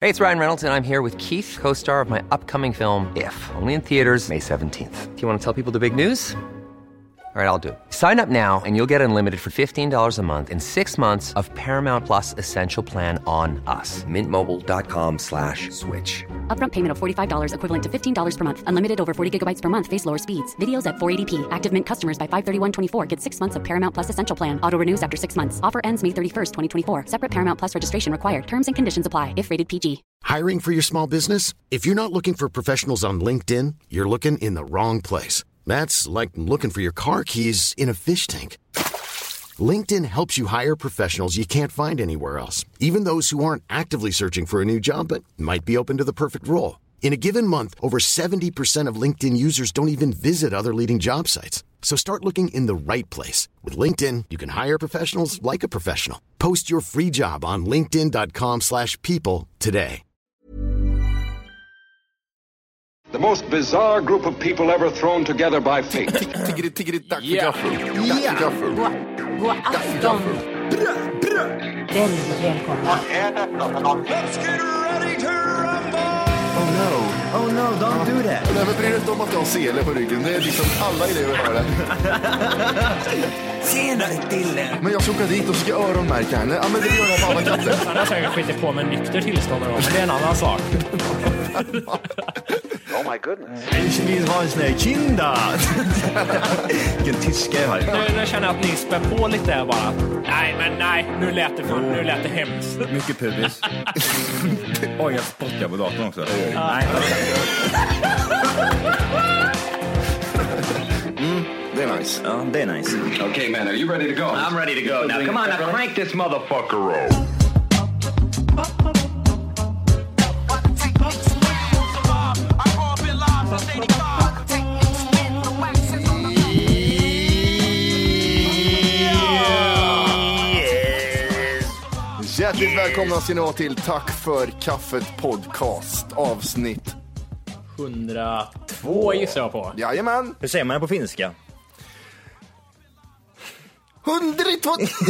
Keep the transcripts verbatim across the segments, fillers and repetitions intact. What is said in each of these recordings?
Hey, it's Ryan Reynolds, and I'm here with Keith, co-star of my upcoming film, If, only in theaters May seventeenth. Do you want to tell people the big news? All right, I'll do it. Sign up now and you'll get unlimited for fifteen dollars a month and six months of Paramount Plus Essential Plan on us. Mint Mobile dot com slash switch. Upfront payment of forty-five dollars equivalent to fifteen dollars per month. Unlimited over forty gigabytes per month. Face lower speeds. Videos at four eighty p. Active Mint customers by five thirty-one twenty-four get six months of Paramount Plus Essential Plan. Auto renews after six months. Offer ends May thirty-first, twenty twenty-four. Separate Paramount Plus registration required. Terms and conditions apply if rated P G. Hiring for your small business? If you're not looking for professionals on LinkedIn, you're looking in the wrong place. That's like looking for your car keys in a fish tank. LinkedIn helps you hire professionals you can't find anywhere else, even those who aren't actively searching for a new job but might be open to the perfect role. In a given month, over seventy percent of LinkedIn users don't even visit other leading job sites. So start looking in the right place. With LinkedIn, you can hire professionals like a professional. Post your free job on linkedin dot com slash people today. The most bizarre group of people ever thrown together by fate. Tycker det är dags för gaffel. Dags för gaffel. God afton. Väldigt välkomna. Vad är detta för något? Let's get ready to rumble! Oh no, oh no, don't do that. Nej, men bryr dig inte om att jag har sele på ryggen. Det är liksom alla elever har det. Senare till er. Men jag ska åka dit och ska öronmärka henne. Ja, men det gör jag på alla katter. Han har säkert skitit på med nykter tillstånd, men det är en annan sak. Oh my goodness. Ich vill ha en sån här kinda. Vilken tyska jag har. Nu, nu känner jag att ni spär på lite där bara. Nej, men nej. Nu lät det, för, nu lät det hemskt. Mycket pubis. Oj, jag spottar på datorn också. Nej. Mm, det är nice. Ja, det är nice. Okay, man, are you ready to go? I'm ready to go. Now, come on, now crank this motherfucker roll. Hjärtligt välkomna ska ni vara till Tack för kaffet podcast avsnitt hundratvå gissar jag på. Jajamän. Hur säger man det på finska? Hundratvå.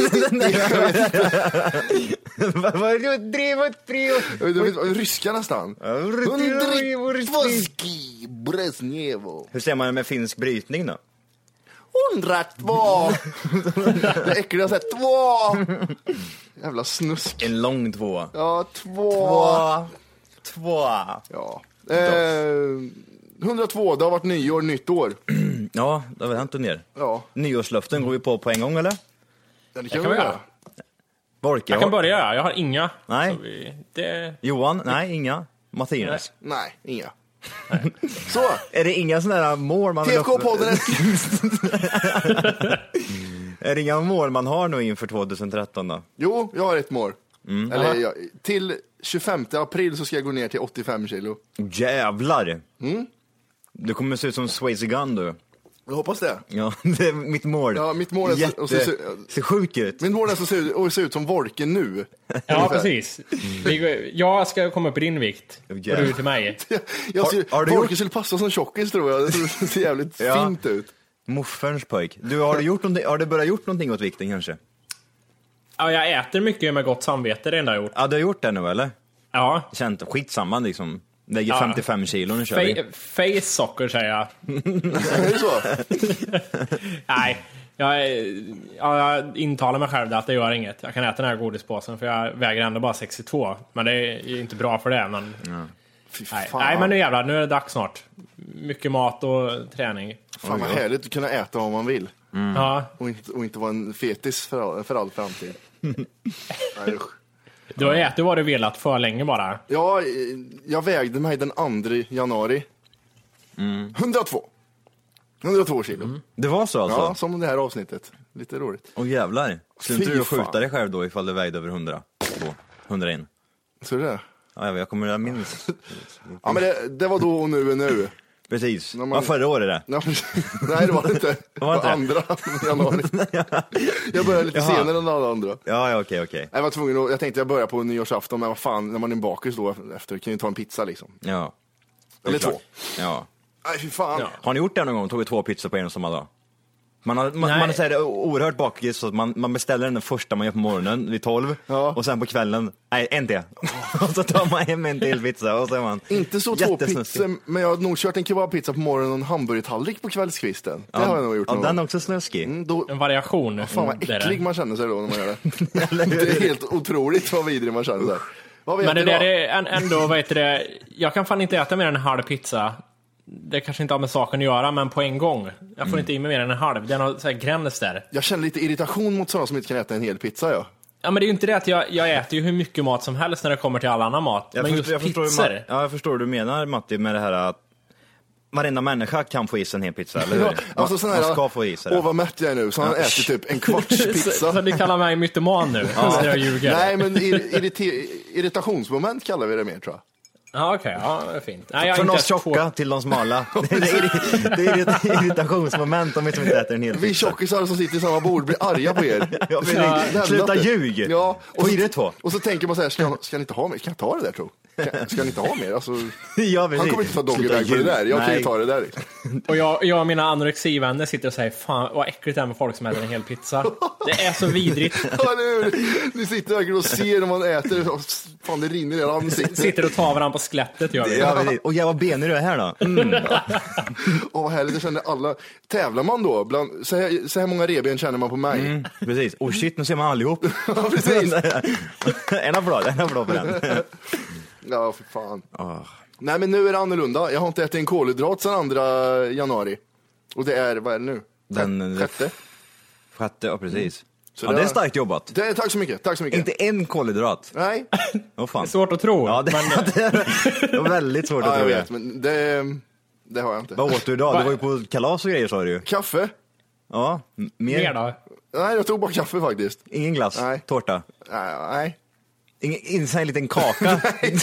Vad är det? Drivet trio. Ryska nästan. Hundratvåski Brezhnevo. Hur säger man det med finsk brytning då? Hundratvå. Det äckliga sätt. Två. Jävla snusk. En lång två. Ja, två. Två. Två. Ja. Eh, hundratvå, det har varit nyår, nytt år. Ja, det har väl hänt ner. Ja. Nyårslöften går vi på på en gång, eller? Ja, det kan, kan vi göra. Volke, jag kan börja, jag har inga. Nej. Vi, det... Johan, nej, inga. Mattias. Nej, inga. Så. Är det inga sådana där mål man... T F K-podden är... Är det inga mål man har nu inför tjugohundratretton då? Jo, jag har ett mål. Mm. Eller, jag, till tjugofemte april så ska jag gå ner till åttiofem kilo. Jävlar! Mm. Du kommer se ut som Swayze Gun du. Jag hoppas det. Ja, det är mitt mål. Ja, mitt mål är Jätte... så, så, så, ser sjukt ut. Mitt mål är så, så, så ut som Volke nu. Ja, precis. Vi, jag ska komma upp i din vikt. Och du till mig. Jag, jag ser, har, har Volke gjort... skulle passa som tjockis tror jag. Det ser jävligt ja. fint ut. Mofferns pojk. Du, har du gjort någonting, har du börjat gjort någonting åt vikten kanske? Ja, jag äter mycket med gott samvete, det enda jag gjort. Ja, du har gjort det nu eller? Ja. Känt skitsamma liksom. Lägger ja. femtiofem kilo nu kör Fa- vi. Face socker säger jag. Är det så? Nej, jag, jag intalar mig själv att det gör inget. Jag kan äta den här godispåsen för jag väger ändå bara sextiotvå. Men det är inte bra för det. Men... Ja. Nej. Nej, men nu jävlar, nu är det dags snart. Mycket mat och träning. Fan vad härligt att kunna äta vad man vill. Mm. Ja. Och, inte, och inte vara en fetis för all, för all framtid. Nej, du har ätit vad du velat för länge bara. Ja, jag vägde mig den andra januari. Mm. hundratvå. hundratvå kilo. Mm. Det var så alltså? Ja, som det här avsnittet. Lite roligt. Åh jävlar. Skulle inte du skjuta dig själv då ifall du vägde över hundra? hundraett. Så det? Ja, jag kommer att minnas. Ja, men det, det var då och nu är nu. Precis. Man... Var förra året det? Ja, nej, det var det inte. Det var, var inte andra januari. Jag började lite Jaha. senare än alla andra. Ja, ja, okej, okej. Jag var tvungen att, jag tänkte jag börjar på nyårsafton, men vad fan, när man är bakis då efter kan ju ta en pizza liksom. Ja. Eller två. Ja. Nej, fy fan. Ja. Har ni gjort det någon gång? Tog vi två pizzor på en och samma dag? Man, har, man, man är så här, oerhört bakis så att man, man beställer den första man gör på morgonen vid tolv ja. Och sen på kvällen, nej en till. Och så tar man hem en till pizza och så är man inte så två pizzor, men jag har nog kört en kebabpizza på morgonen och en hamburgertallrik på kvällskvisten. Det ja. har jag nog gjort. Ja, den är också snöskig. Mm, då, en variation. Oh, fan vad äcklig man känner sig då när man gör det. Det är helt otroligt vad vidrig man känner sig. Men det där är ändå, vad heter det, jag kan fan inte äta mer än en halv pizza. Det kanske inte har med saken att göra, men på en gång. Jag får mm. inte i mig mer än en halv. Det är någon så här gräns där. Jag känner lite irritation mot sådana som inte kan äta en hel pizza, ja. Ja, men det är ju inte det att jag, jag äter ju hur mycket mat som helst när det kommer till all annan mat. Jag men förstår, just jag pizzor. Förstår, ja, jag förstår vad du menar, Matti, med det här att varenda människa kan få i sig en hel pizza, eller hur? Ja, alltså sån här, man ska få i sig det. Åh, vad mätt jag är nu. Så han äter typ en kvarts pizza. så, så ni kallar mig mytoman nu? Ja. Jag ljuger. Nej, men irrita- irritationsmoment kallar vi det mer, tror jag. Ja, okej, okay, ja, det är fint. Nej, jag från inte oss tjocka på... till de smala. Det är, det är ett irritationsmoment om vi inte äter en hel pizza. Vi tjockisar som sitter i samma bord blir arga på er. Ja, ja, sluta ljug. Ja, och, så, två. och så tänker man så här, ska, jag, ska ni inte ha mer? Kan jag ta det där, tro? Ska, ska ni inte ha mer? Alltså, ja, han kommer inte ta doggyväg på det där. Jag kan ju ta det där. Liksom. Och jag, jag och mina anorexivänner sitter och säger, fan vad äckligt det är med folk som äter en hel pizza. Det är så vidrigt. Ja, nu, ni sitter verkligen och ser när man äter. Fan, det rinner i era ansikten. Sitter och tar varandra på skelettet, gör vi. Ja, och jag var benig du är här då. Mm. Åh, vad härligt, det känner alla. Tävlar man då? Bland, så, här, så här många reben känner man på mig. Mm, precis. Och oh, shit, nu ser man allihop. Ja, precis. En applåd, en applåd på den. Ja, för fan. Oh. Nej, men nu är det annorlunda. Jag har inte ätit en kolhydrat sedan andra januari. Och det är, vad är det nu? Den sjätte. Sjätte, ja precis. Mm. Så ja, det är starkt jobbat. Det är, tack så mycket, tack så mycket. Inte en kolhydrat. Nej. Oh, fan. Det är svårt att tro. Ja, det, men... det, är, det är väldigt svårt ja, att tro. Jag vet, men det, det har jag inte. Vad åt du idag? Du var ju på kalas och grejer, sa du ju. Kaffe. Ja, mer. Mer då? Nej, jag tog bara kaffe faktiskt. Ingen glass? Nej. Tårta? Nej, nej. Ingen, en liten kaka?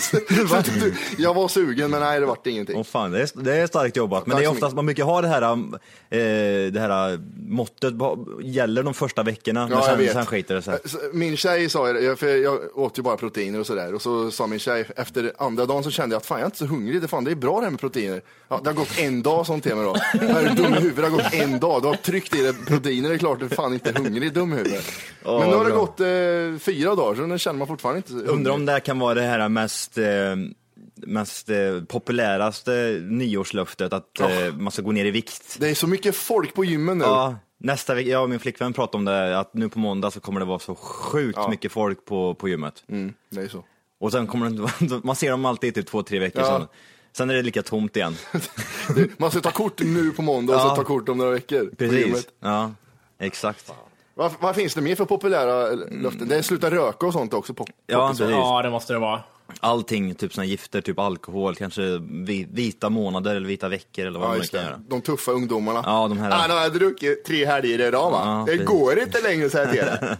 Nej, jag var sugen, men nej, det vart ingenting. Åh fan, det är, det är starkt jobbat. Men det är oftast, man brukar ha det här, eh, det här måttet, gäller de första veckorna, ja, men sen, sen skiter det sig. Min tjej sa, för jag åt ju bara proteiner och sådär, och så sa min tjej, efter andra dagen så kände jag att fan, jag är inte så hungrig, det, fan, det är bra det här med proteiner. Ja, det har gått en dag som till mig då. Jag är dum i huvudet, det har gått en dag, du har tryckt i det proteiner, det är klart du är fan inte hungrig, dum i huvudet. Oh, men nu har det bra. gått eh, fyra dagar, så nu känner man fortfarande inte hungrig. Undrar om det här kan vara det här mest, eh, mest eh, populäraste nyårslöftet, att oh. eh, man ska gå ner i vikt. Det är så mycket folk på gymmen nu. Ja, nästa vecka, jag och min flickvän pratade om det, att nu på måndag så kommer det vara så sjukt ja. mycket folk på, på gymmet. Mm, det är så. Och sen kommer det, man ser dem alltid typ två, tre veckor ja. sen. Sen är det lika tomt igen. Man ska ta kort nu på måndag och ja. så ta kort om några veckor. Precis, ja, exakt. Vad, vad finns det mer för populära löften? Mm. Det är sluta röka och sånt också. På, ja, ja, det måste det vara. Allting, typ såna gifter, typ alkohol, kanske vita månader eller vita veckor eller vad ja, man kan göra. De tuffa ungdomarna. Ja, de här. Ah, de har druckit tre helger idag, va? Ja, det precis. Går inte längre så här till det.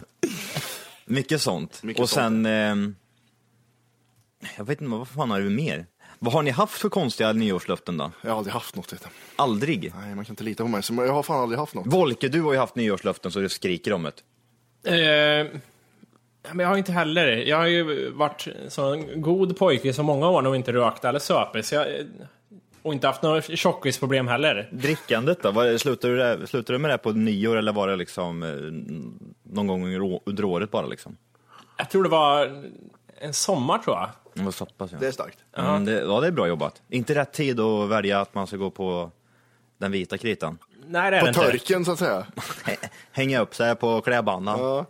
Mycket sånt. Mycket och sen, eh, jag vet inte, vad fan har du mer? Vad har ni haft för konstiga nyårslöften då? Jag har aldrig haft något. Vet jag. Aldrig? Nej, man kan inte lita på mig. Så jag har fan aldrig haft något. Volke, du har ju haft nyårslöften så du skriker om det. Eh, men jag har inte heller. Jag har ju varit så en god pojke så många år och inte rökt eller söper. Så jag, och inte haft några tjockisproblem heller. Drickandet då? Var, slutade, du det, slutade du med det på nyår eller var det liksom eh, någon gång under året bara liksom? Jag tror det var en sommar tror jag. Det var så pass, ja. Det är starkt. Mm, det, ja, det är bra jobbat. Inte rätt tid att välja att man ska gå på den vita kritan. Nej, det är på det törken inte. Så att säga. Hänga upp sig på klädbanan. Ja.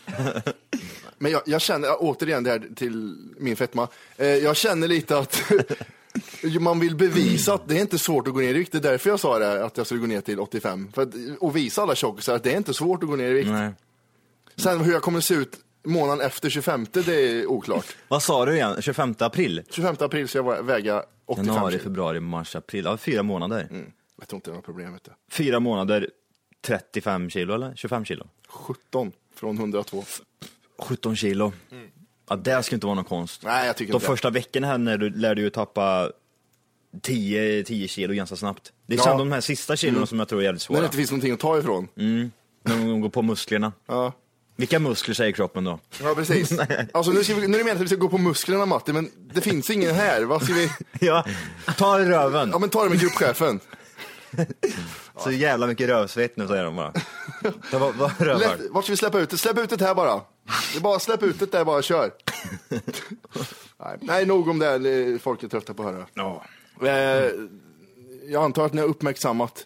Men jag, jag känner, återigen det här till min fetma. Eh, jag känner lite att man vill bevisa att det är inte svårt att gå ner i vikt. Det är därför jag sa det här, att jag skulle gå ner till åttiofem. För att, och visa alla tjockisar att det är inte svårt att gå ner i vikt. Nej. Sen hur jag kommer se ut månaden efter tjugofemte, det är oklart. Vad sa du igen? tjugofemte april? tjugofemte april så jag väga åttiofem. Januari, februari, mars, april. Ja, fyra månader. Mm. Jag tror inte det var problemet. Det. Fyra månader, trettiofem kilo eller tjugofem kilo? sjutton från hundratvå. sjutton kilo. Mm. Ja, det ska inte vara någon konst. Nej, jag tycker De inte första veckorna här när du lär du ju tappa tio, tio kilo ganska snabbt. Det är ja. sen de här sista kilorna mm. som jag tror är jävligt svåra. När det inte finns någonting att ta ifrån. Mm. När de går på musklerna. Ja. Vilka muskler säger kroppen då? Ja, precis. Alltså nu, ska vi, nu är det meningen att vi ska gå på musklerna, Matti, men det finns ingen här. Vad ska vi... Ja, ta röven. Ja, men ta det med gruppchefen. Så jävla mycket rövsvett nu, säger de bara. Det var, var rövar. Lätt, vart ska vi släppa ut det? Släpp ut det här bara. Det är bara släpp ut det där, bara kör. Nej, nej, nog om det. Det folk är trötta på att höra. Ja. Eh, jag antar att ni har uppmärksammat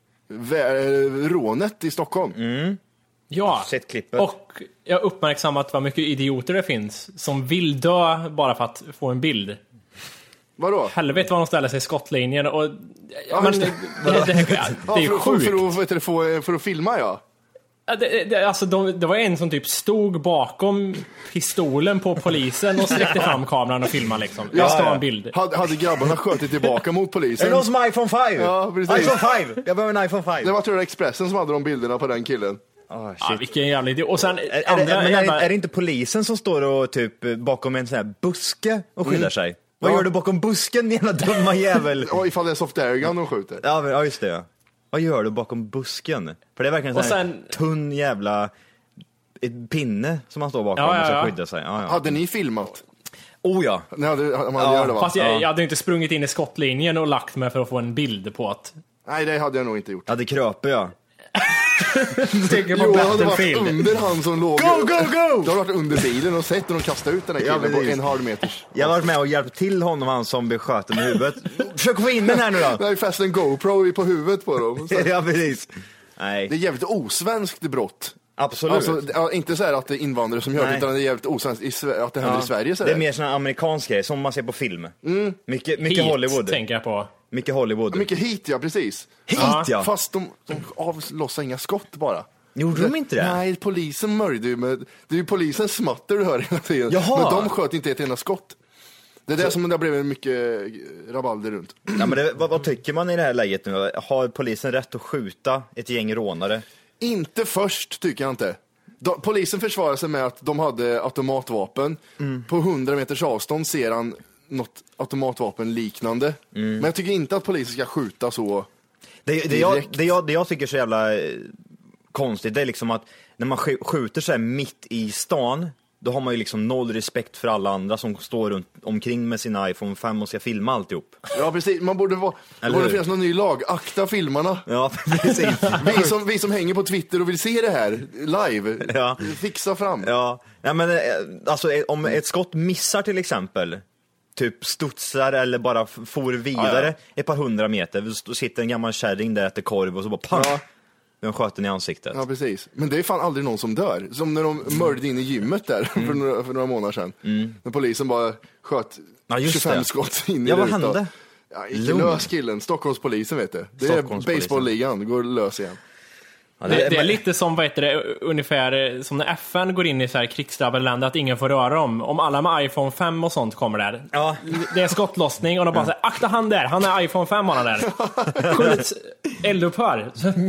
vä- rånet i Stockholm. Mm. Ja, Sett klippet. och jag har uppmärksammat vad mycket idioter det finns som vill dö bara för att få en bild. Vadå? Helvete vad de ställer sig i skottlinjen och... Ja, men, just det, det. det, det, det, Ja, är för, sjukt. för, för, för, för, för, för att filma, ja. Ja, det, det, alltså de, det var en som typ stod bakom pistolen på polisen och sträckte fram kameran och filmade liksom. Jag ska ha en bild. Hade, hade grabbarna skjutit tillbaka mot Är polisen? det någon som har iPhone fem? Ja, precis. iPhone fem! Jag behöver en iPhone fem. Det var, tror jag, Expressen som hade de bilderna på den killen. Oh, shit. Ja, vilken jävla idé. Och sen Är, är, andra det, men är, jävla... det, är det inte polisen som står och typ bakom en sån här buske och skyddar Mm. sig? Vad Ja. gör du bakom busken, jävla dumma jävel? Ja, ifall det är soft air gun de skjuter. Ja, men, ja, just det. Ja. Vad gör du bakom busken? För det är verkligen en Och sån här sen- tunn jävla ett pinne som man står bakom Ja, ja, och ska ja. skydda sig. Ja, ja. Hade ni filmat? Oh ja. Ni hade, man hade Ja, gjort det, va? Fast jag, Ja. jag hade inte sprungit in i skottlinjen och lagt mig för att få en bild på att... Nej, det hade jag nog inte gjort. Ja, det kröper jag. Du tänker på Jo, jag hade varit Battlefield. under han som låg... Go, go, go! Du har varit under bilen och sett när de kastade ut den här Ja, killen på precis. en halv meters. Jag har varit med och hjälpt till honom, han som blev skjuten i huvudet. Försök få in den här nu Det då. är fast en GoPro på huvudet på dem. Så Ja, precis. Nej, det är jävligt osvenskt brott. absolut. Alltså, det- ja, inte så här att det är invandrare som gör det, Nej. utan det är jävligt osvenskt i Sve- att det händer Ja. i Sverige. Så det är där. mer sån här amerikansk grej, som man ser på film. Mm. Mycket, mycket Heat, Hollywood. tänker jag på. Mycket Hollywood. Mycket hit, ja, precis. Heat, ja. Fast de, de avlossar inga skott bara. Gjorde de inte det? Nej, polisen mörjde ju med... Det är ju polisens smatter du hör hela tiden. Jaha. Men de sköt inte ett enda skott. Det är det som det blev mycket rabalder runt. Ja, men det, vad, vad tycker man i det här läget nu? Har polisen rätt att skjuta ett gäng rånare? Inte först, tycker jag inte. De, polisen försvarar sig med att de hade automatvapen. Mm. På hundra meters avstånd ser han något automatvapen liknande. Mm. Men jag tycker inte att polisen ska skjuta så. Det, det, jag, Direkt. det, jag, det jag tycker är så jävla eh, konstigt, det är liksom att när man sk- skjuter så här mitt i stan, då har man ju liksom noll respekt för alla andra som står runt omkring med sina iPhone fem och ska filma alltihop. Ja, precis. Man borde vara... Det Eller borde hur? finnas någon ny lag. Akta filmarna. Ja, precis. Vi som, vi som hänger på Twitter och vill se det här live, Ja. fixa fram. Ja, ja men eh, alltså eh, om ett skott missar till exempel, typ studsar eller bara f- for vidare Ja, ett par hundra meter, då sitter en gammal kärring där, äter korv och så bara pang! Ja. Den sköt den i ansiktet. Ja, precis. Men det är fan aldrig någon som dör. Som när de mördade in i gymmet där Mm. för, några, för några månader sedan. När polisen bara sköt Ja, just tjugofem det. skott in i Ja, vad rutan. hände? Ja, gick Lugn. lös killen. Stockholmspolisen, vet du. Det är Stockholmspolisen. baseballligan. Går lös igen. Ja, Det, det är men- lite som, vad heter det, ungefär som när F N går in i så här krigsdrabbade länder att ingen får röra dem. Om alla med iPhone fem och sånt kommer där. Ja. Det är skottlossning och de bara säger akta han där, han är iPhone fem han är där. Skjut eldupphör.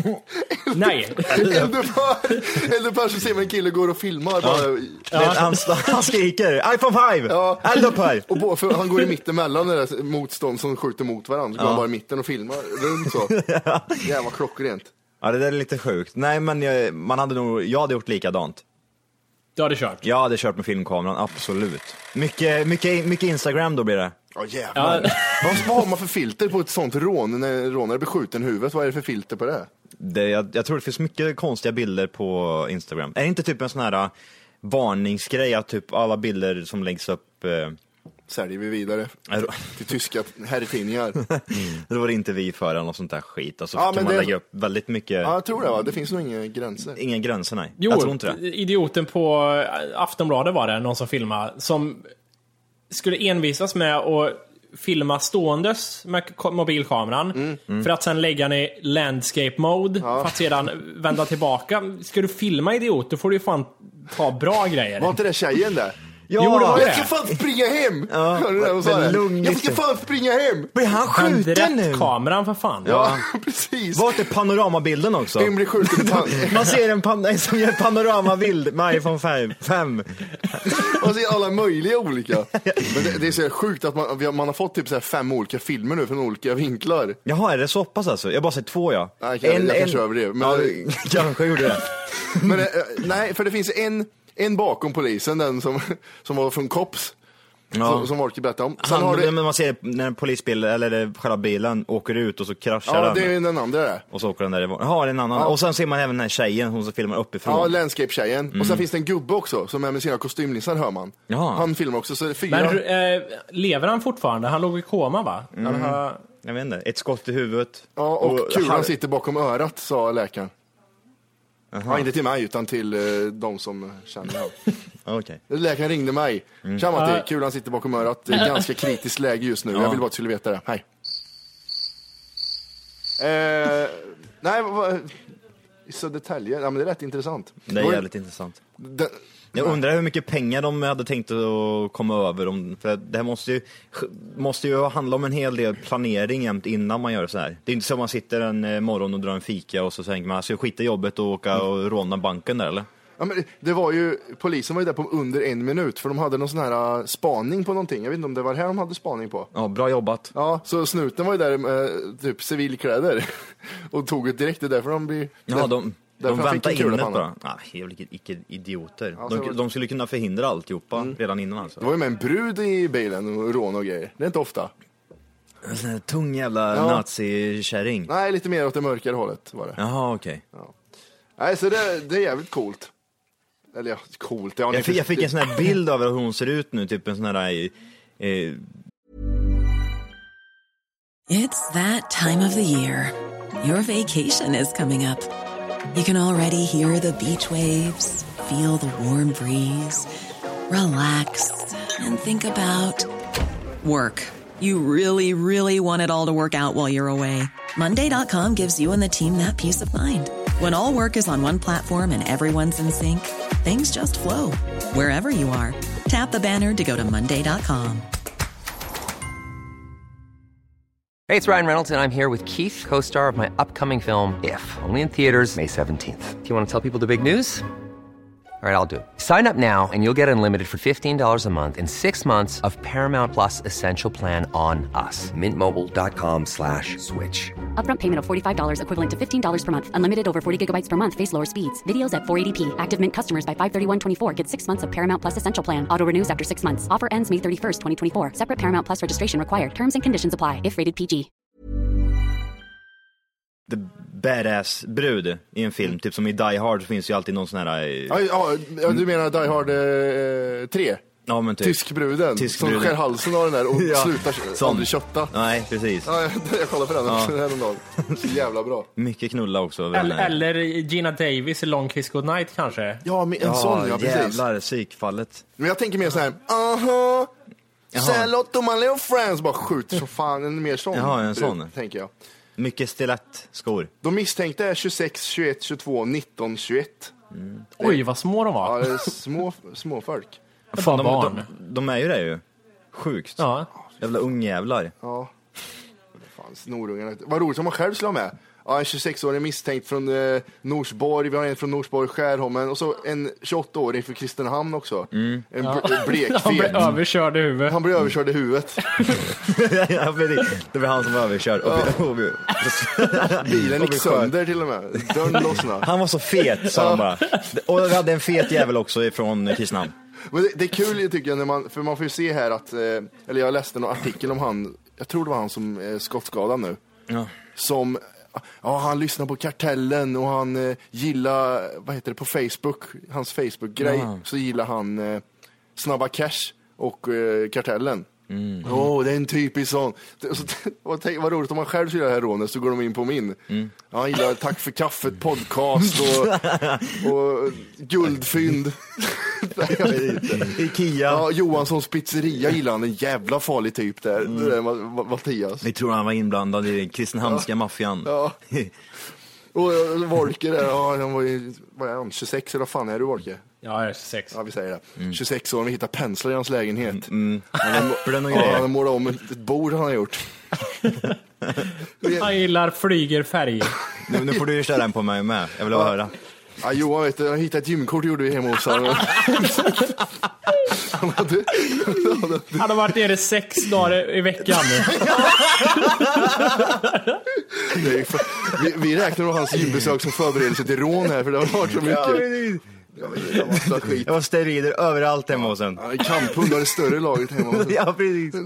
Nej. Eldupphör! Eldupphör, så ser man en kille går och filmar. Bara, Det- Han, han skriker iPhone fem! Ja. Eld upp här! och bo, för han går i mitten mellan det där motstånd som skjuter mot varandra. Så går han bara i mitten och filmar runt så. Jävla klockrent. Ja, det där är lite sjukt. Nej, men jag, man hade nog, jag hade gjort likadant. Du hade kört. Jag hade kört med filmkameran, absolut. Mycket, mycket, mycket Instagram då blir det. Ja, jävlar. Ja. Vad, vad har man för filter på ett sånt rån när en rånare blir skjuten i huvudet? Vad är det för filter på det? det jag, jag tror det finns mycket konstiga bilder på Instagram. Är det inte typ en sån här uh, varningsgrej att typ alla bilder som läggs upp... Uh, Säljer vi vidare är, till tyska herrtidningar. det var det inte vi för eller något sånt där skit. Alltså, Ja, kan men man det- lägga upp väldigt mycket... Ja, jag tror det, va? Det finns nog inga gränser. Inga gränser, nej. Jo, jag tror inte det. idioten på Aftonbladet var det, någon som filmade, som skulle envisas med att filma ståendes med k- mobilkameran för att sen lägga den i landscape mode för att sedan vända tillbaka. Ska du filma idiot, då får du ju fan ta bra grejer. Var inte det tjejen där? Ja, Jo, det var Jag det. ska fan springa hem! Ja, Hörde du det hon sa men det? lugn Jag ska lite. fan springa hem! Blir han Vänd skjuten nu? rätt kameran för fan. Ja, precis. Vart är panoramabilden också? En blir skjuten i pan- Man ser en, pan- en som gör panoramabild med iPhone fem. Man ser alla möjliga olika. Men det, det är så här sjukt att man, vi har- man har fått typ så här fem olika filmer nu från olika vinklar. Jaha, är det så pass alltså? Jag har bara sett två, ja. Nej, jag- jag kanske överdrev, men- Ja, kanske gjorde det. Men eh, nej, för det finns en, en bakom polisen, den som, som var från Kops. Ja. som, som Wolke berättade om. Sen Han, har det... men man ser när en polisbil eller det, själva bilen åker ut och så kraschar Ja, den. det är den andra där. Och så åker den där. Ja, det är en annan. Ja. Och sen ser man även den här tjejen, hon som filmar uppifrån. Ja, Landscape-tjejen. Mm. Och sen finns det en gubbe också som är med sina kostymnissar, hör man. Jaha. Han filmar också, så det är fyra. Men äh, lever han fortfarande? Han låg i koma, va? Mm. Han har... Jag vet inte, ett skott i huvudet. Ja, och, och kulan har... sitter bakom örat, sa läkaren. Ja, inte till mig, utan till uh, de som känner honom. Okay. Läkaren ringde mig. Mm. Tja Matti, kulan sitter bakom örat. Det är ganska kritiskt läge just nu. Ja. Jag vill bara att du skulle veta det. Hej. Eh, nej, vad... I Södertälje, ja men det är rätt intressant. Det är jävligt intressant. Den... Jag undrar hur mycket pengar de hade tänkt att komma över om, för det här måste ju, måste ju handla om en hel del planering jämt innan man gör så här. Det är inte så att man sitter en morgon och drar en fika och så tänker man, alltså jag skiter i jobbet och åka och råna banken där, eller? Ja, men det var ju, polisen var ju där på under en minut, för de hade någon sån här uh, spaning på någonting. Jag vet inte om det var här de hade spaning på. Ja, bra jobbat. Ja, så snuten var ju där med uh, typ civilkläder och tog ett direkt, det är därför de blir... Ja, de... De väntar in det bara. Ah, jävligt icke idioter. Ja, de, var... de skulle kunna förhindra alltihopa mm. redan innan alltså. Det var ju med en brud i bilen och rån och grejer. Det är inte ofta. En sån här tung jävla ja. nazi-kärring. Nej, lite mer åt det mörkare hållet var det. Jaha, okej. Okay. Ja. Nej, så det, det är jävligt coolt. Eller ja, coolt. Ja, jag, fick, jag fick en sån här bild av hur hon ser ut nu. Typ en sån här... Eh... It's that time of the year. Your vacation is coming up. You can already hear the beach waves, feel the warm breeze, relax, and think about work. You really, really want it all to work out while you're away. Monday dot com gives you and the team that peace of mind. When all work is on one platform and everyone's in sync, things just flow. Wherever you are, tap the banner to go to Monday dot com. Hey, it's Ryan Reynolds, and I'm here with Keith, co-star of my upcoming film, If, only in theaters May seventeenth. Do you want to tell people the big news? All right, I'll do it. Sign up now and you'll get unlimited for fifteen dollars a month and six months of Paramount Plus Essential Plan on us. Mint Mobile dot com slash switch. Upfront payment of forty-five dollars equivalent to fifteen dollars per month. Unlimited over forty gigabytes per month. Face lower speeds. Videos at four eighty p. Active Mint customers by five thirty-one twenty-four get six months of Paramount Plus Essential Plan. Auto renews after six months. Offer ends May thirty-first, twenty twenty-four. Separate Paramount Plus registration required. Terms and conditions apply if rated P G. The badass brud i en film, typ som i Die Hard så finns ju alltid någon sån här... Ja, ja, du menar Die Hard eh, tre? Ja, men typ. Tyskbruden, Tyskbruden som skär halsen av den där och ja, slutar som. aldrig kötta. Nej, precis. Ja, jag, jag kollar på den ja. också häromdagen. Så jävla bra. Mycket knulla också. Eller, eller Gina Davis i Long Kiss Goodnight kanske. Ja, men en ja, sån, ja, precis. Jävlar, psykfallet. Men jag tänker mer så här, aha, Salotto, my little friends, bara skjuter så fan, en mer sån. Jaha, en sån. Brud, tänker jag. Mycket stilettskor. De misstänkte är tjugosex, tjugoett, tjugotvå, nitton, tjugoett. Mm. Oj, vad små de var. Ja, det är små, små folk. Fan, de, de, de är ju det ju. Sjukt. Ja. Jävla ungjävlar. Ja. Fan, snorungarna. Vad roligt om man själv slår med. Ja, en tjugosex-årig misstänkt från eh, Norsborg. Vi har en från Norsborg, Skärholmen. Och så en tjugoåtta-årig för Kristinehamn också. Mm. En ja. blekfet. Han blev överkörd i huvudet. Han blev överkörd i huvudet. Ja, det var han som var överkörd. Ja. Bilen gick sönder till och med. Dörren lossnade. Han var så fet, sa han bara. Och vi hade en fet jävel också ifrån Kristinehamn. Men det, det är kul, tycker jag, när man, för man får ju se här att, eh, eller jag läste en artikel om han, jag tror det var han som är skottskadad nu. Ja. Som, ja, han lyssnar på Kartellen och han eh, gillar, vad heter det, på Facebook, hans Facebook-grej, ja. Så gillar han eh, Snabba Cash och eh, Kartellen. Åh, mm. oh, det är en typisk sån. Vad, vad roligt om man själv gillar det här rånet, så går de in på min. Mm. Ja, han gillar Tack för kaffet podcast och, och guldfynd. Ikea. Ja, Johanssons pizzeria gillar han, en jävla farlig typ där. Mm. Det där med Mattias. Vi tror han var inblandad i den kristenhamnska ja. maffian. Ja. Och Wolke där, ja, han var ju, vad är han, tjugosex eller vad fan är du, Wolke? Ja, jag är tjugosex. Ja, vi säger det. Mm. tjugosex år, vi hittar penslar i hans lägenhet. Mm. Han har ja, målat om ett, ett bord han har gjort. Han gillar flygerfärger. Nu, nu får du ju köra den på mig med. Jag vill ja. höra. Ja, Johan, vet du, jag hittade ett gymkort, gjorde vi hemma hos honom. Han hade, han hade varit nere sex dagar i veckan nu. För, vi, vi räknar med hans gymbesök som förberedelse till rån här, för det har varit så mycket. Jag vet inte, massa skit. Det var steroider överallt hemma hos en. Ja, kamphund har det större laget hemma hos en. Ja, precis.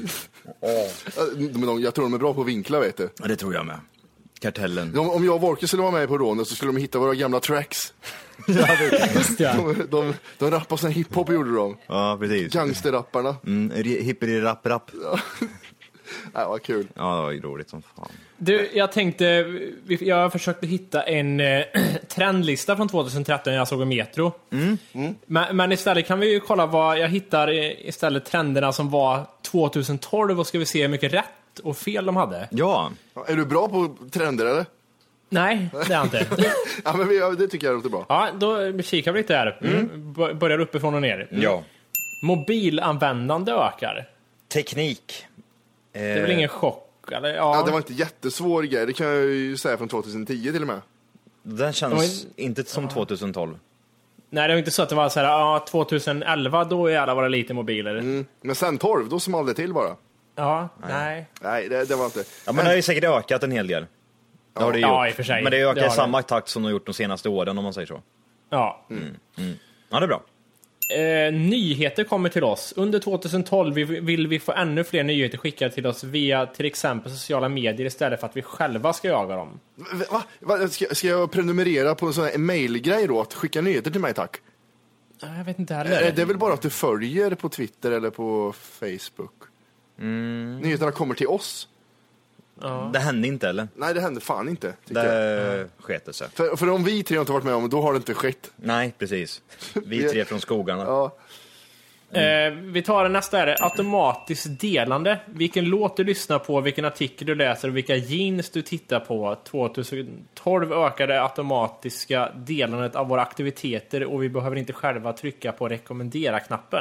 Men de, jag tror de är bra på vinklar, vet du. Ja, det tror jag med. Kartellen. De, om jag och Volker skulle vara med på rånet så skulle de hitta våra gamla tracks. Just ja. De, de, de rappade sån hiphop, gjorde de. Ja, precis. Gangsterrapparna. Mm, hipperi-rapp-rapp. Ja. Det var kul. Ja, det var ju roligt som fan. Du, jag tänkte, jag försökte hitta en eh, trendlista från tjugohundratretton när jag såg Metro. Mm. Mm. Men, men istället kan vi ju kolla vad jag hittar istället trenderna som var tjugotolv och ska vi se hur mycket rätt och fel de hade. Ja. Är du bra på trender, eller? Nej, det är jag inte. Ja, men vi, det tycker jag låter bra. Ja, då kikar vi lite här. Mm. Börjar uppifrån och ner. Ja. Mobilanvändande ökar. Teknik. Det är väl ingen chock? Eller, ja. Ja, det var inte jättesvår grej. Det kan jag ju säga från tjugohundratio till och med. Den känns var... inte som tjugotolv. Nej, det var inte så att det var så här, ja, tjugoelva, då är alla våra lite mobiler. Mm. Men sen tolv, då small det till bara. Ja, nej. Nej, det, det var inte. Ja, men, men det har ju säkert ökat en hel del. Det har det ja, gjort. i och för sig. Men det ökar i samma det. takt som de har gjort de senaste åren, om man säger så. Ja. Mm. Mm. Ja, det är bra. Eh, nyheter kommer till oss. Under tjugotolv vill vi få ännu fler nyheter skickade till oss via till exempel sociala medier istället för att vi själva ska jaga dem. Va? Va? Ska, ska jag prenumerera på en sån här mailgrej då? Att skicka nyheter till mig, tack? Jag vet inte heller. Eh, det är väl bara att du följer på Twitter eller på Facebook. Mm. Nyheterna kommer till oss. Ja. Det hände inte, eller? Nej, det hände fan inte. Det jag. sket sig. För, för om vi tre inte varit med om, då har det inte skett. Nej, precis. Vi tre från skogarna. Ja. Eh, vi tar nästa, är det automatiskt delande. Vilken låt du lyssnar på, vilken artikel du läser och vilka jeans du tittar på. tjugotolv ökade automatiska delandet av våra aktiviteter och vi behöver inte själva trycka på rekommendera-knappen.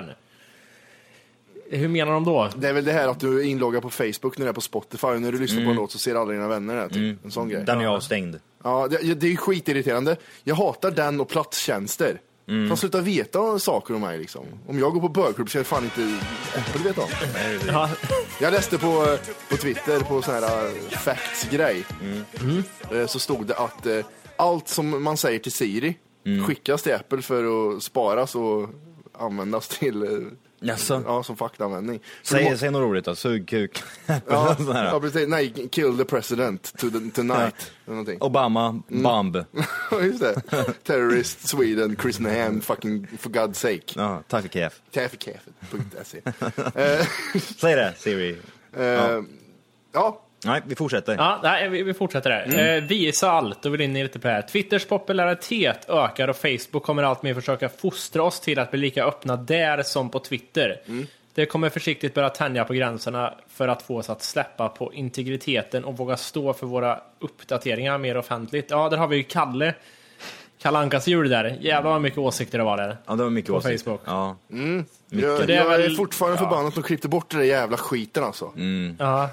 Hur menar de då? Det är väl det här att du är inloggad på Facebook när du är på Spotify och när du lyssnar mm. på en låt så ser alla dina vänner där, typ. mm. En sån grej. Den är avstängd. Ja, det, det är skitirriterande. Jag hatar den och platstjänster. Mm. Fan, sluta veta saker om mig liksom. Om jag går på bögklubb så är det fan inte Apple vet om. Ja. Jag läste på, på Twitter på sån här facts-grej. Mm. Mm. Så stod det att eh, allt som man säger till Siri mm. skickas till Apple för att sparas och användas till eh, Jaså? Ja, som faktaanvändning. Säg, må- säg något roligt då, sug kuk. Ja, ja, precis. Nej, kill the president to the, tonight. Ja. Obama, mm. bomb. Just det. Terrorist, Sweden, Chris Nahan, fucking for God's sake. Ja, tack för kef. Tack för kef. Punkt se. Säg det, Siri. Uh, ja. ja. Nej, vi fortsätter. Ja, nej, vi, vi fortsätter där. Mm. Eh, visa allt och vill in lite på det här. Twitters popularitet ökar och Facebook kommer allt mer försöka fostra oss till att bli lika öppna där som på Twitter. Mm. Det kommer försiktigt börja tänja på gränserna för att få oss att släppa på integriteten och våga stå för våra uppdateringar mer offentligt. Ja, där har vi ju Kalle. Kalle Ankas jul där. Jävlar vad mycket åsikter det var där. Ja, det var mycket på åsikter. Facebook. Ja. Mm. Jag, jag är fortfarande ja. förbannad att de klippte bort det där jävla skiten alltså. Mm. Ja.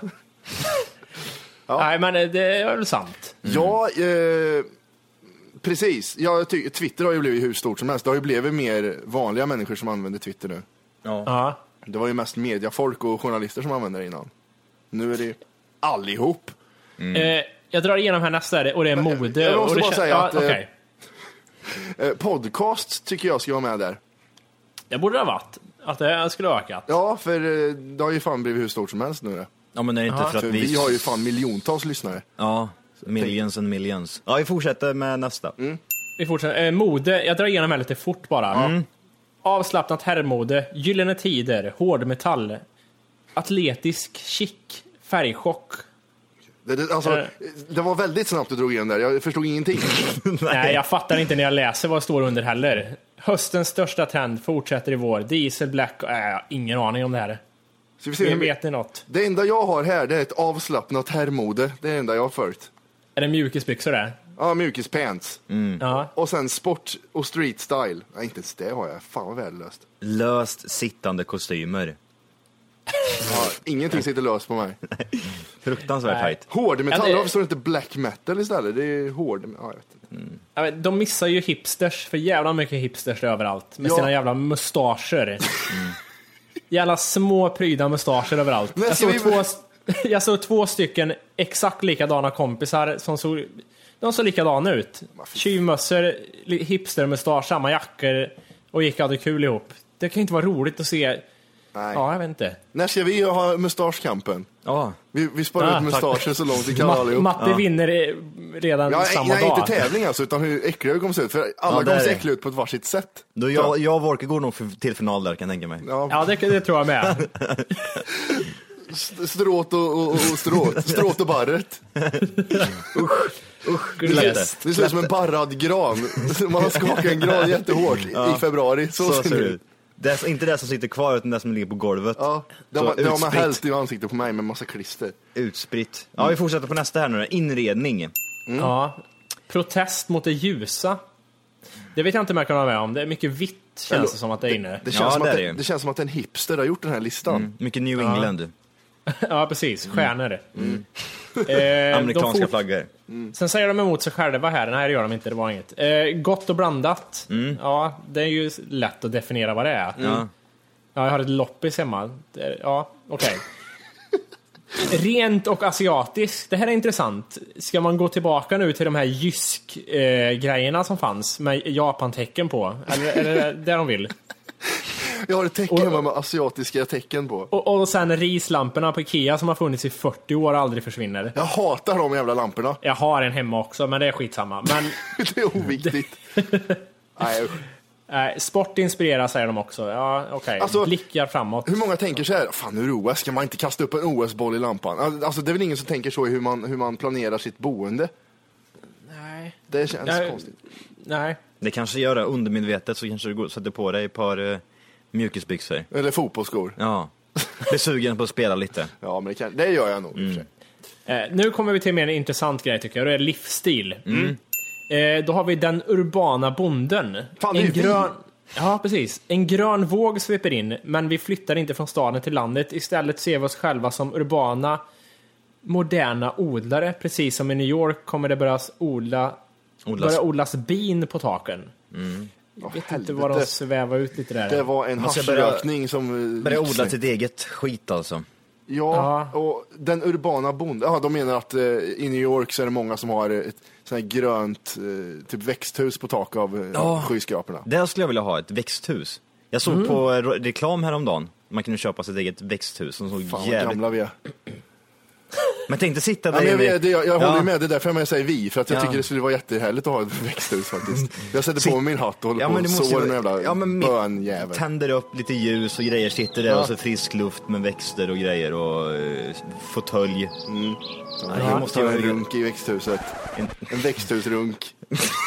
Ja. Nej, men det är väl sant. Mm. Ja, eh, precis. Jag ty- Twitter har ju blivit hur stort som helst. Det har ju blivit mer vanliga människor som använder Twitter nu. Ja. Ja. Det var ju mest mediafolk och journalister som använder det innan. Nu är det allihop. Mm. Eh, jag drar igenom här nästa, och det är mode. Jag måste och det bara kän- säga ja, att okay. eh, podcast tycker jag ska vara med där. Det borde ha varit att det skulle ha ökat. Ja, för eh, det har ju fan blivit hur stort som helst nu. Ja, men det är inte Aha. för att för vi... vi har ju fan miljontals lyssnare. Ja, millions and millions. Ja, vi fortsätter med nästa. Mm. Vi fortsätter. Eh, mode, jag drar igenom här lite fort bara. Mm. Avslappnat herrmode, gyllene tider, hårdmetall, atletisk, chic, färgchock. Det, det, alltså, Eh. det var väldigt snabbt du drog igen där. Jag förstod ingenting. Nej, jag fattar inte när jag läser vad det står under heller. Höstens största trend fortsätter i vår. Diesel, black, äh, ingen aning om det här. Så vi ser, vet ni något? Det enda jag har här, det är ett avslappnat herrmode. Det är det enda jag har följt. Är det mjukisbyxor där? Ja, mjukispants. Mm. Ja. Och sen sport och street style. Nej, inte ens det har jag. Fan vad värdelöst. Löst sittande kostymer. Ja, ingenting sitter löst på mig. Fruktansvärt tajt. Hårdmetall, Ja, det- varför står det inte black metal istället? Det är hård... Ja, jag vet inte. Mm. Ja, men de missar ju hipsters, för jävla mycket hipsters överallt. Med Ja. sina jävla mustascher. Mm. Jävla små pryda mustascher överallt. Men Jag ska såg, vi- två, jag såg två stycken exakt likadana kompisar som såg... de såg likadana ut. Tjuvmössor, hipstermustasch, samma jackor och gick och hade kul ihop. Det kan inte vara roligt att se. Nej. Ja, jag vet inte. När ska vi ha mustaschkampen? Ja. Vi, vi sparar Ah, ut mustascher så långt vi kan Ma- allihop. Matte ja. vinner redan Ja, samma nej, dag. inte tävling alltså, utan hur äckliga vi kommer se ut. För alla Ja, kommer det är se det. äckliga ut på ett varsitt sätt. Då jag, jag och Vorke går nog för, till final där, kan jag tänka mig. Ja, Ja, det, det tror jag med. st- stråt och, och, och stråt. Stråt och barret. Yes. Det ser ut som en barrad gran. Man har skakat en gran jättehårt i februari. Så, Så ser det ut. Det är inte det som sitter kvar, utan det som ligger på golvet. Ja, det Så har, det har man utspritt. hällt i ansiktet på mig med massa klister. Utspritt. Ja, vi fortsätter på nästa här nu. Inredning. Mm. Ja. Protest mot det ljusa. Det vet jag inte om jag kan vara med om. Det är mycket vitt, känns det som att det är inne. Det känns, Ja, som, det att är det, det. det känns som att en hipster har gjort den här listan. Mm. Mycket New England. Ja, precis. Stjärnor. Mm. Eh, Amerikanska de fort- flaggor. Sen säger de emot sig själva här. Nej, det gör de inte. Det var inget. Eh, gott och blandat. Ja, det är ju lätt att definiera vad det är. Ja. Ja, jag har ett loppis hemma. Det- Ja, okej. Rent och asiatiskt. Det här är intressant. Ska man gå tillbaka nu till de här jysk-grejerna eh, som fanns med Japan-tecken på? Eller är det det de vill? Jag har ett tecken Och- hemma med asiatiska tecken på. Och, och sen rislamporna på Ikea som har funnits i fyrtio år och aldrig försvinner. Jag hatar de jävla lamporna. Jag har en hemma också, men det är skitsamma. Men Det är oviktigt. Nej, usch. eh, sport inspirerar, säger de också. Ja, okej. Alltså, Blickar framåt. Hur många tänker så här, fan nu är det O S, ska man inte kasta upp en O S-boll i lampan? Alltså det är väl ingen som tänker så i hur man, hur man planerar sitt boende. Nej. Det känns Nej. konstigt. Nej. Det kanske gör det undermedvetet, så kanske du går, sätter på dig ett par uh, mjukisbyxor. Eller fotbollsskor. Ja. Blir sugen på att spela lite. Ja, men det, kan, det gör jag nog i och för sig. Eh, nu kommer vi till en mer intressant grej tycker jag. Det är livsstil. Mm. Eh, då har vi den urbana bonden. Fan, det är en ju vi. grön... Ja, precis. En grön våg sveper in, men vi flyttar inte från staden till landet. Istället ser vi oss själva som urbana, moderna odlare. Precis som i New York kommer det börja odla, Odlas. börja odlas bin på taken. Jag vet inte vad de helvete. svävar ut lite där. Det var en Man ska börja- haschrökning som... Börja gick odla sig. sitt eget skit alltså. Ja, Ja. och den urbana bonden, ja, de menar att eh, i New York så är det många som har ett sånt här grönt eh, typ växthus på tak av eh, Ja. skyskraporna. Där skulle jag vilja ha ett växthus. Jag såg Mm. på re- reklam häromdagen. Man kunde köpa sitt eget växthus som såg Fan vad jävligt... gamla vi är. Men tänkte sitta Ja, där men jag, inne- vet, det, jag, jag Ja. håller med, det är därför jag säger vi, för att jag Ja. tycker det skulle vara jättehärligt att ha ett växthus faktiskt. Jag sätter på mig min hatt och håller Ja, på men och det måste sår ju- en jävla ja, men mitt- bönjävel. Tänder upp lite ljus och grejer, sitter där Ja. och så frisk luft med växter och grejer och uh, fåtölj. Ja, jag måste ha en runk i växthuset. En- En växthusrunk.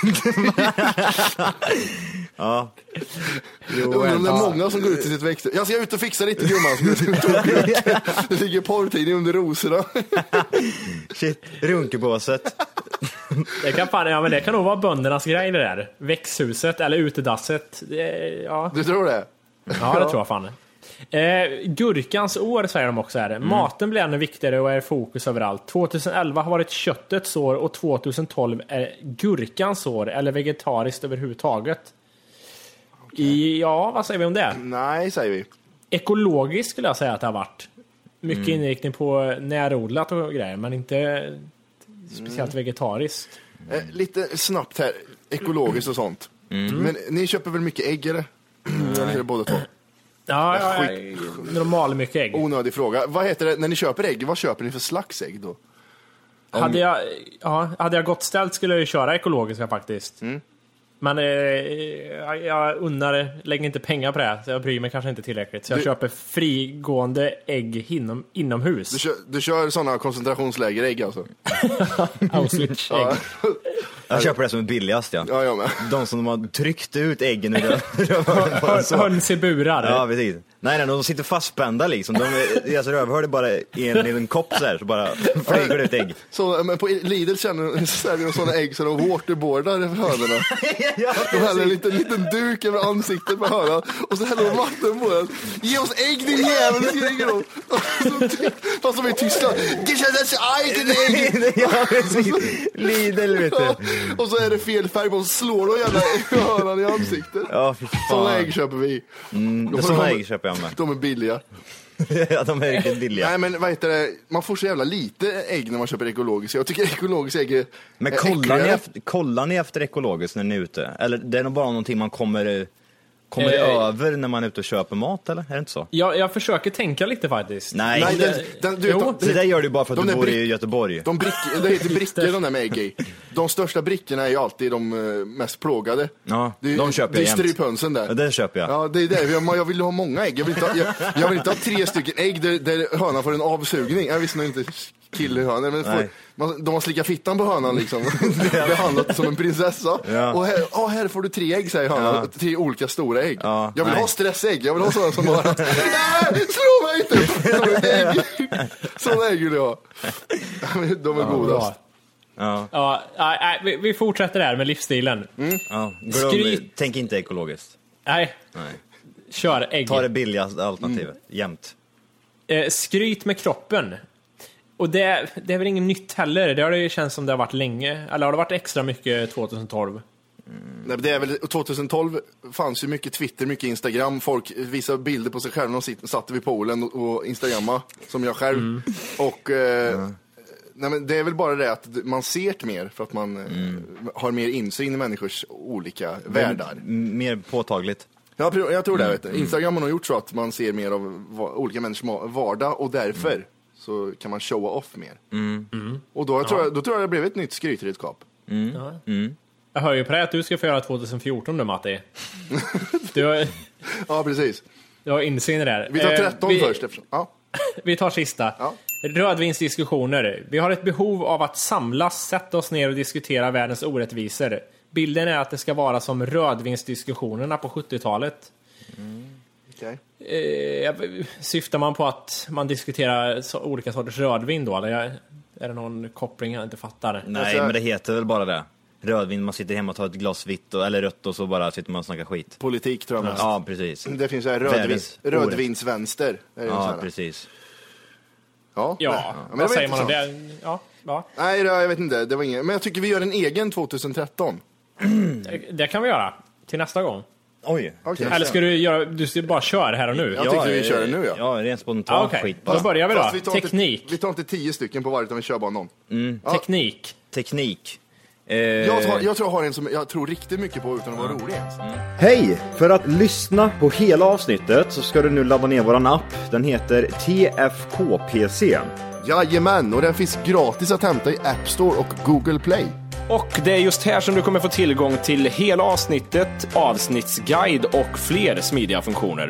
Ja. Jag undrar om det är många som går ut till sitt växthus. Jag ska ut och fixa lite gumman. Ska ut och åka ut. Det ligger porrtidning under rosorna. Shit, runkebåset. Det kan, fan, ja, men det kan nog vara böndernas grej det där. Växthuset eller utedasset. Det, ja. Du tror det? Ja, det tror jag fan. Eh, gurkans år säger de också här. Mm. Maten blir ännu viktigare och är fokus överallt. tjugoelva har varit köttets år och tjugotolv är gurkans år eller vegetariskt överhuvudtaget. I, ja, vad säger vi om det? Nej, säger vi. Ekologiskt skulle jag säga att det har varit. Mycket Mm. inriktning på närodlat och grejer, men inte speciellt vegetariskt. Eh, lite snabbt här, ekologiskt och sånt. Men ni köper väl mycket ägg eller? Eller är det båda två? Ja, ja, Skit. när de maler mycket ägg. Onödig fråga. Vad heter det, när ni köper ägg, vad köper ni för slags ägg då? Hade jag, ja, hade jag gått ställt skulle jag ju köra ekologiska faktiskt. Mm. Men eh, jag, jag unnar, lägger inte pengar på det, så jag bryr mig kanske inte tillräckligt. Så jag Du- köper frigående ägg inom, inomhus. Du kör, du kör sådana koncentrationslägerägg alltså? Auschwitz-ägg. Ja, Jag köper det som är billigast, ja. ja jag med. De som de har tryckt ut äggen ur rövhålet. Höns- Höns i burar. Ja, precis. Nej, nej, de sitter fastspända liksom. De, deras rövhål är bara i en liten kopp så här, så bara flyger det ut ägg. Så, men på Lidl känner säljer de sådana ägg så de waterboardar för hönorna. De häller en liten, liten duk över ansiktet på hönan och så häller de vatten på den. Ge oss ägg din jävel, skriker de. Fast de är i Tyskland. Ge oss ett ägg! Ja, precis. Lidl, vet Ja, du. och så är det fel färg på och så slår de jävla hönan i ansiktet. Ja, fy Sådana fan. ägg köper vi. Mm, De- sådana de- ägg köper jag med. De är billiga. Ja, de är riktigt billiga. Nej, men vad heter det? Man får så jävla lite ägg när man köper ekologiskt. Jag tycker ekologiskt ägg är Men är kollar ni, äckligare. efter, kollar ni efter ekologiskt när ni är ute? Eller det är nog bara någonting man kommer, kommer Eh. över när man är ute och köper mat, eller? Är det inte så? Jag, jag försöker tänka lite faktiskt. Nej, Nej, det, den, den, du vet, Jo. de, det där gör du bara för att de du där bor brick- i Göteborg. De brickor, det heter brickor de där med ägg i. De största brickorna är ju alltid de eh, mest plågade. Ja, det är, de köper det är jag jämt. stryphönsen där. Ja, det köper jag. Ja, det är det. Jag, jag vill ha många ägg. Jag vill inte ha, jag, jag vill inte ha tre stycken ägg där, där hönan får en avsugning. Jag visste nog inte killhönor, men får, Nej. man, de har slickat fittan på hönan liksom. Behandlat som en prinsessa. Ja. Och här, oh, här får du tre ägg, säger hönan. Ja. Tre olika stora ägg. Ja, Jag vill nej. ha stressägg. Jag vill ha sådana som bara, nej, slå mig inte! Som ett ägg. Sådana ägg vill jag ha. De är godast. Ja. Ja, nej, nej, vi, vi fortsätter där med livsstilen. Ja. Glöm, Skryt. Tänk inte ekologiskt. Nej, Nej. kör ägg. Ta det billigaste alternativet, jämt. Eh, skryt med kroppen. Och det, det är väl inget nytt heller. Det har det ju känts som det har varit länge. Eller har det varit extra mycket tjugohundratolv? Nej, det är väl, tjugohundratolv fanns ju mycket Twitter, mycket Instagram. Folk visade bilder på sig själva. De sitt, satt vid poolen och, och Instagramma, som jag själv. Mm. Och eh, nej, men det är väl bara det att man ser det mer för att man Mm. eh, har mer insyn i människors olika världar. M- Mer påtagligt. Ja, jag tror det. Mm. Vet du. Instagram har nog gjort så att man ser mer av va- olika människors vardag och därför Mm. så kan man showa off mer. Och då, tror jag, då tror jag det blev ett nytt skrytredskap. Jag hör ju på det att du ska få göra tjugohundrafjorton nu, Matti. Du har, Ja, precis. du har insyn i det här. Vi tar Eh, tretton vi, först. Eftersom. Ja. Vi tar sista. Ja. Rödvinsdiskussioner. Vi har ett behov av att samlas, sätta oss ner och diskutera världens orättvisor. Bilden är att det ska vara som rödvinsdiskussionerna på sjuttiotalet. Okej. Eh, syftar man på att man diskuterar så, olika sorters rödvin då? Eller är det någon koppling jag inte fattar? Nej, Alltså- men det heter väl bara det. Rödvin, man sitter hemma och tar ett glas vitt och, eller rött och så bara sitter man och snackar skit. Politik tror jag mest. Ja, precis. Det finns så här rödvins, Världens rödvinsvänster. Är det så Ja, här. precis. Ja, Ja, men det vad var säger man om intressant. det? Ja, ja. Nej, det- jag vet inte. Det var inget. Men jag tycker vi gör en egen tjugotretton. Det, det kan vi göra. Till nästa gång. Oj. Okej. Eller ska du göra, du ska bara köra här och nu? Jag tyckte vi kör det nu, ja. Ja, rent spontant Ja, okej. skit Då bara. börjar vi då. Fast vi tar Teknik. Inte, vi tar inte tio stycken på varje, utan vi kör bara någon. Ja. Teknik. Teknik. Eh, Jag, tar, jag tror jag har en som jag tror riktigt mycket på utan att vara rolig ens. Hej! För att lyssna på hela avsnittet så ska du nu ladda ner våran app. Den heter T F K P C. Jajamän, och den finns gratis att hämta i App Store och Google Play. Och det är just här som du kommer få tillgång till hela avsnittet, avsnittsguide och fler smidiga funktioner.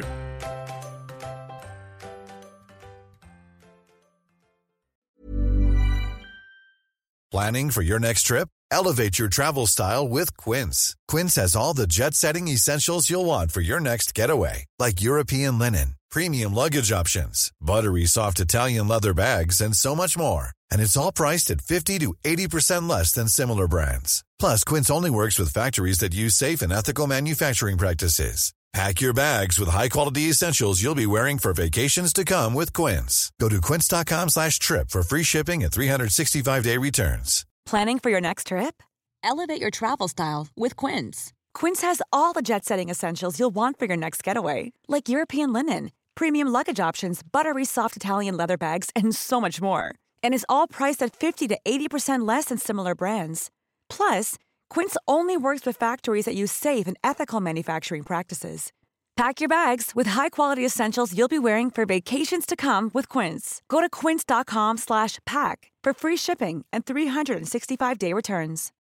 Planning for your next trip? Elevate your travel style with Quince. Quince has all the jet-setting essentials you'll want for your next getaway, like European linen, premium luggage options, buttery soft Italian leather bags, and so much more. And it's all priced at fifty to eighty percent less than similar brands. Plus, Quince only works with factories that use safe and ethical manufacturing practices. Pack your bags with high-quality essentials you'll be wearing for vacations to come with Quince. Go to quince.com slash trip for free shipping and three sixty-five day returns. Planning for your next trip? Elevate your travel style with Quince. Quince has all the jet-setting essentials you'll want for your next getaway, like European linen, premium luggage options, buttery soft Italian leather bags, and so much more. And is all priced at fifty to eighty percent less than similar brands. Plus, Quince only works with factories that use safe and ethical manufacturing practices. Pack your bags with high-quality essentials you'll be wearing for vacations to come with Quince. Go to quince.com slash pack for free shipping and three sixty-five day returns.